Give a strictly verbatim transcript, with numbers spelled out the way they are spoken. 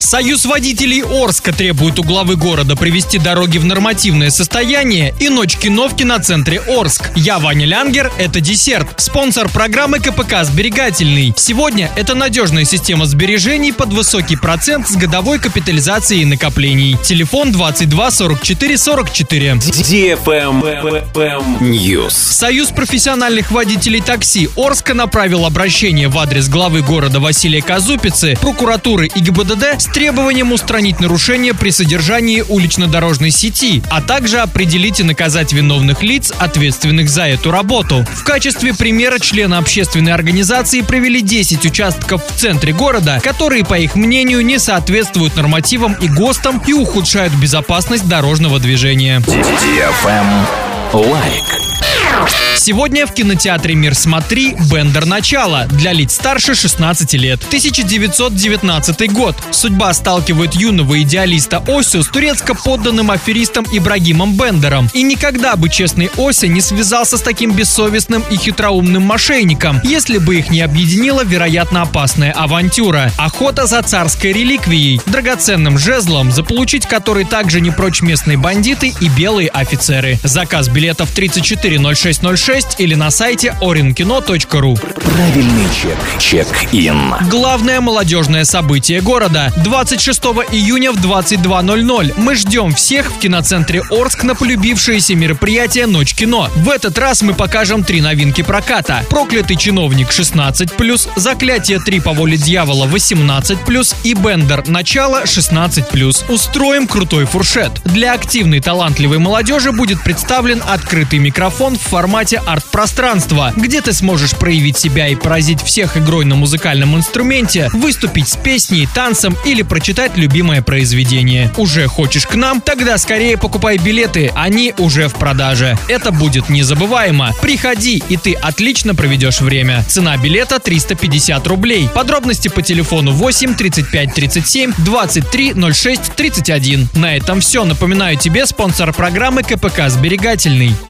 Союз водителей Орска требует у главы города привести дороги в нормативное состояние и ночь кино в киноцентре Орск. Я Ваня Лянгер, это десерт. Спонсор программы КПК «Сберегательный». Сегодня это надежная система сбережений под высокий процент с годовой капитализацией накоплений. Телефон двадцать два сорок четыре сорок четыре. News. Союз профессиональных водителей такси Орска направил обращение в адрес главы города Василия Казупицы, прокуратуры и ГИБДД с требованием устранить нарушения при содержании улично-дорожной сети, а также определить и наказать виновных лиц, ответственных за эту работу. В качестве примера члены общественной организации провели десять участков в центре города, которые, по их мнению, не соответствуют нормативам и ГОСТам и ухудшают безопасность дорожного движения. Лайк. Сегодня в кинотеатре «Мир, смотри» «Бендер. Начало» для лиц старше шестнадцати лет. тысяча девятьсот девятнадцатый год. Судьба сталкивает юного идеалиста Осю с турецко-подданным аферистом Ибрагимом Бендером. И никогда бы честный Ося не связался с таким бессовестным и хитроумным мошенником, если бы их не объединила вероятно опасная авантюра. Охота за царской реликвией, драгоценным жезлом, заполучить который также не прочь местные бандиты и белые офицеры. Заказ билетов тридцать четыре ноль шесть ноль шесть или на сайте оренкино точка ру. Правильный чек. Чек-ин. Главное молодежное событие города. двадцать шестого июня в двадцать два ноль ноль. Мы ждем всех в киноцентре Орск на полюбившееся мероприятие «Ночь кино». В этот раз мы покажем три новинки проката. «Проклятый чиновник» шестнадцать плюс, «Заклятие три по воле дьявола» восемнадцать плюс и «Бендер. Начало» шестнадцать плюс. Устроим крутой фуршет. Для активной талантливой молодежи будет представлен открытый микрофон в формате арт-пространства, где ты сможешь проявить себя и поразить всех игрой на музыкальном инструменте, выступить с песней, танцем или прочитать любимое произведение. Уже хочешь к нам? Тогда скорее покупай билеты, они уже в продаже. Это будет незабываемо. Приходи, и ты отлично проведешь время. Цена билета триста пятьдесят рублей. Подробности по телефону восемь тридцать пять тридцать семь двадцать три ноль шесть тридцать один. На этом все. Напоминаю тебе спонсор программы КПК «Сберегательный».